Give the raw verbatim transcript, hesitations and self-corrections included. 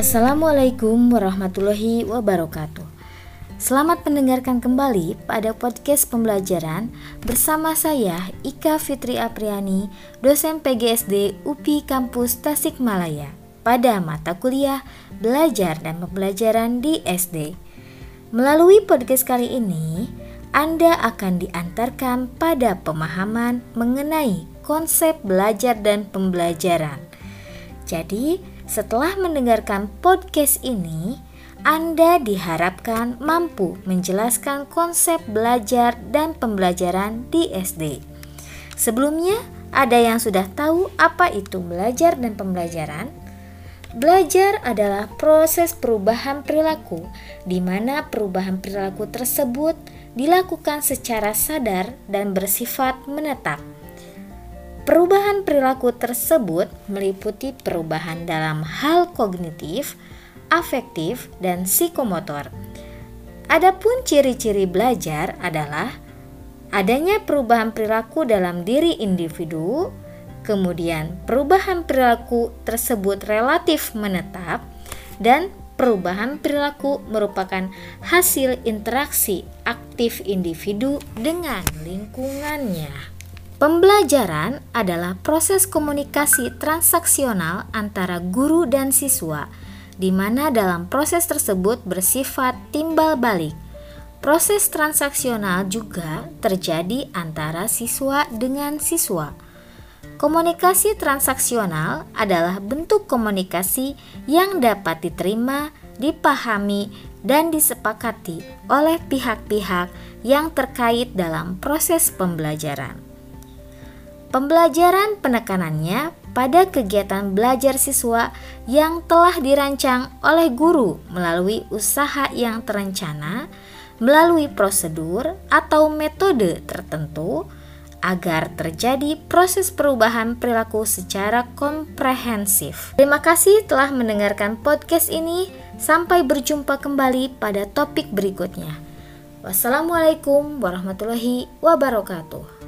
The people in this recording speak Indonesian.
Assalamualaikum warahmatullahi wabarakatuh. Selamat mendengarkan kembali pada podcast pembelajaran bersama saya Ika Fitri Apriani, dosen P G S D U P I Kampus Tasikmalaya pada mata kuliah Belajar dan Pembelajaran di S D. Melalui podcast kali ini, Anda akan diantarkan pada pemahaman mengenai konsep belajar dan pembelajaran. Jadi, setelah mendengarkan podcast ini, Anda diharapkan mampu menjelaskan konsep belajar dan pembelajaran di S D. Sebelumnya, ada yang sudah tahu apa itu belajar dan pembelajaran? Belajar adalah proses perubahan perilaku, di mana perubahan perilaku tersebut dilakukan secara sadar dan bersifat menetap. Perubahan perilaku tersebut meliputi perubahan dalam hal kognitif, afektif, dan psikomotor. Adapun ciri-ciri belajar adalah adanya perubahan perilaku dalam diri individu, kemudian perubahan perilaku tersebut relatif menetap, dan perubahan perilaku merupakan hasil interaksi aktif individu dengan lingkungannya. Pembelajaran adalah proses komunikasi transaksional antara guru dan siswa, di mana dalam proses tersebut bersifat timbal balik. Proses transaksional juga terjadi antara siswa dengan siswa. Komunikasi transaksional adalah bentuk komunikasi yang dapat diterima, dipahami, dan disepakati oleh pihak-pihak yang terkait dalam proses pembelajaran. Pembelajaran penekanannya pada kegiatan belajar siswa yang telah dirancang oleh guru melalui usaha yang terencana, melalui prosedur atau metode tertentu, agar terjadi proses perubahan perilaku secara komprehensif. Terima kasih telah mendengarkan podcast ini. Sampai berjumpa kembali pada topik berikutnya. Wassalamualaikum warahmatullahi wabarakatuh.